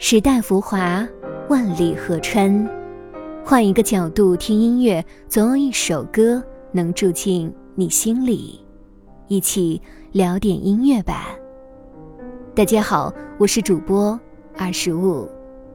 时代浮华，万里河川。换一个角度听音乐，总有一首歌能住进你心里。一起聊点音乐吧。大家好，我是主播25。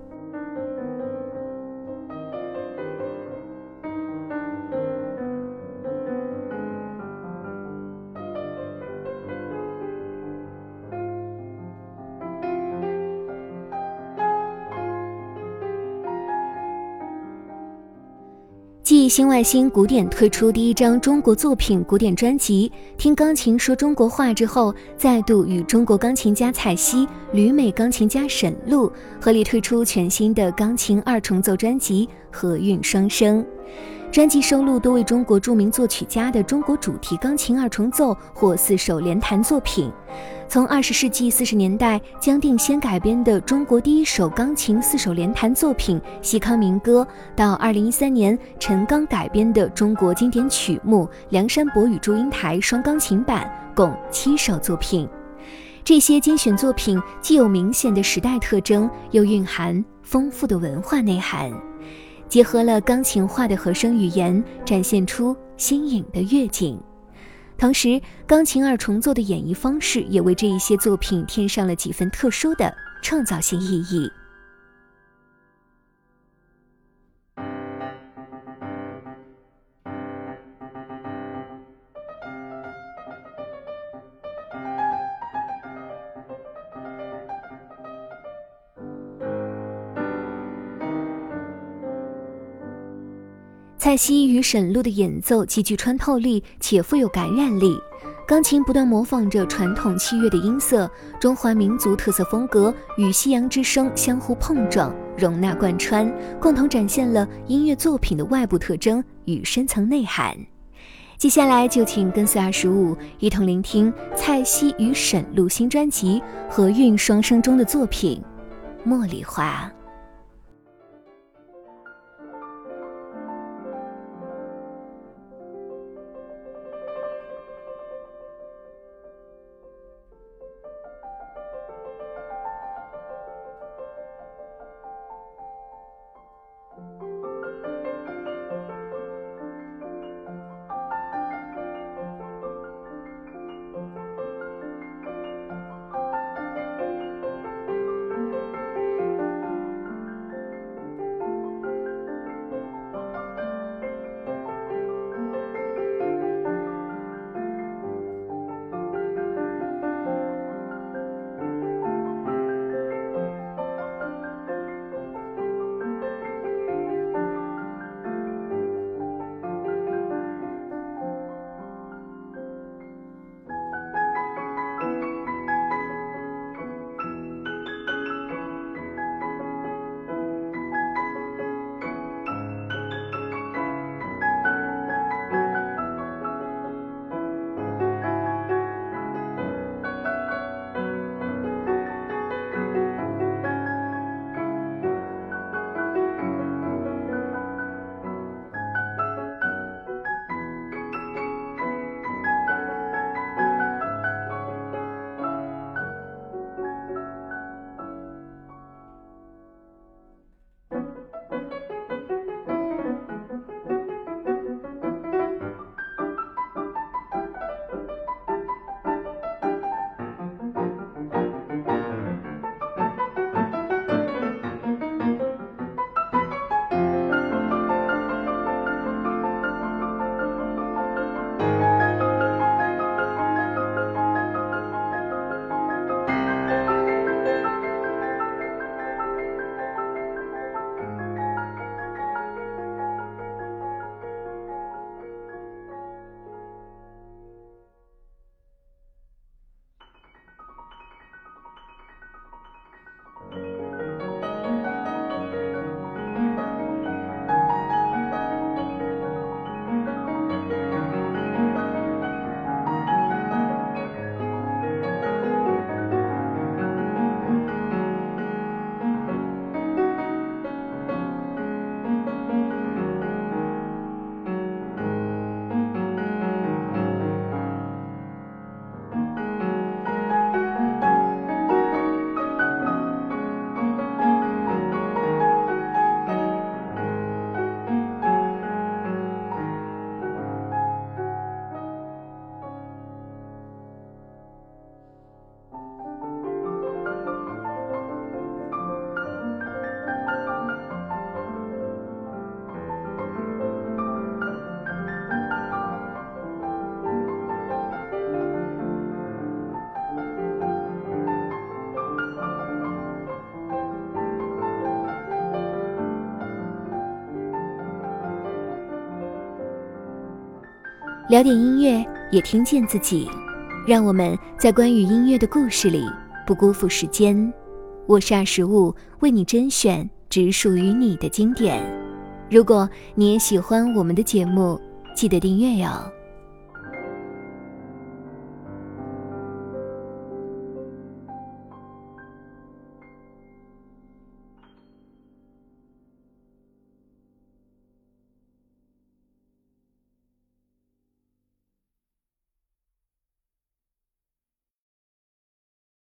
继新外星古典推出第一张中国作品古典专辑《听钢琴说中国话》之后，再度与中国钢琴家蔡希、旅美钢琴家沈陆合力推出全新的钢琴二重奏专辑《和韵双声》。专辑收录多位中国著名作曲家的中国主题钢琴二重奏或4首连弹作品，从20世纪40年代姜定先改编的中国第一首钢琴4首连弹作品《西康民歌》，到2013年陈刚改编的中国经典曲目《梁山伯与祝英台》双钢琴版，共7首作品。这些精选作品既有明显的时代特征，又蕴含丰富的文化内涵，结合了钢琴化的和声语言，展现出新颖的乐景。同时，钢琴二重奏的演绎方式也为这一些作品添上了几分特殊的创造性意义。蔡希与沈陆的演奏极具穿透力且富有感染力，钢琴不断模仿着传统器乐的音色，中华民族特色风格与西洋之声相互碰撞，容纳贯穿，共同展现了音乐作品的外部特征与深层内涵。接下来就请跟随25一同聆听蔡希与沈陆新专辑《和韵双声》中的作品《茉莉花》。 聊点音乐，也听见自己。让我们在关于音乐的故事里不辜负时间。我是25，为你甄选只属于你的经典。如果你也喜欢我们的节目，记得订阅哟。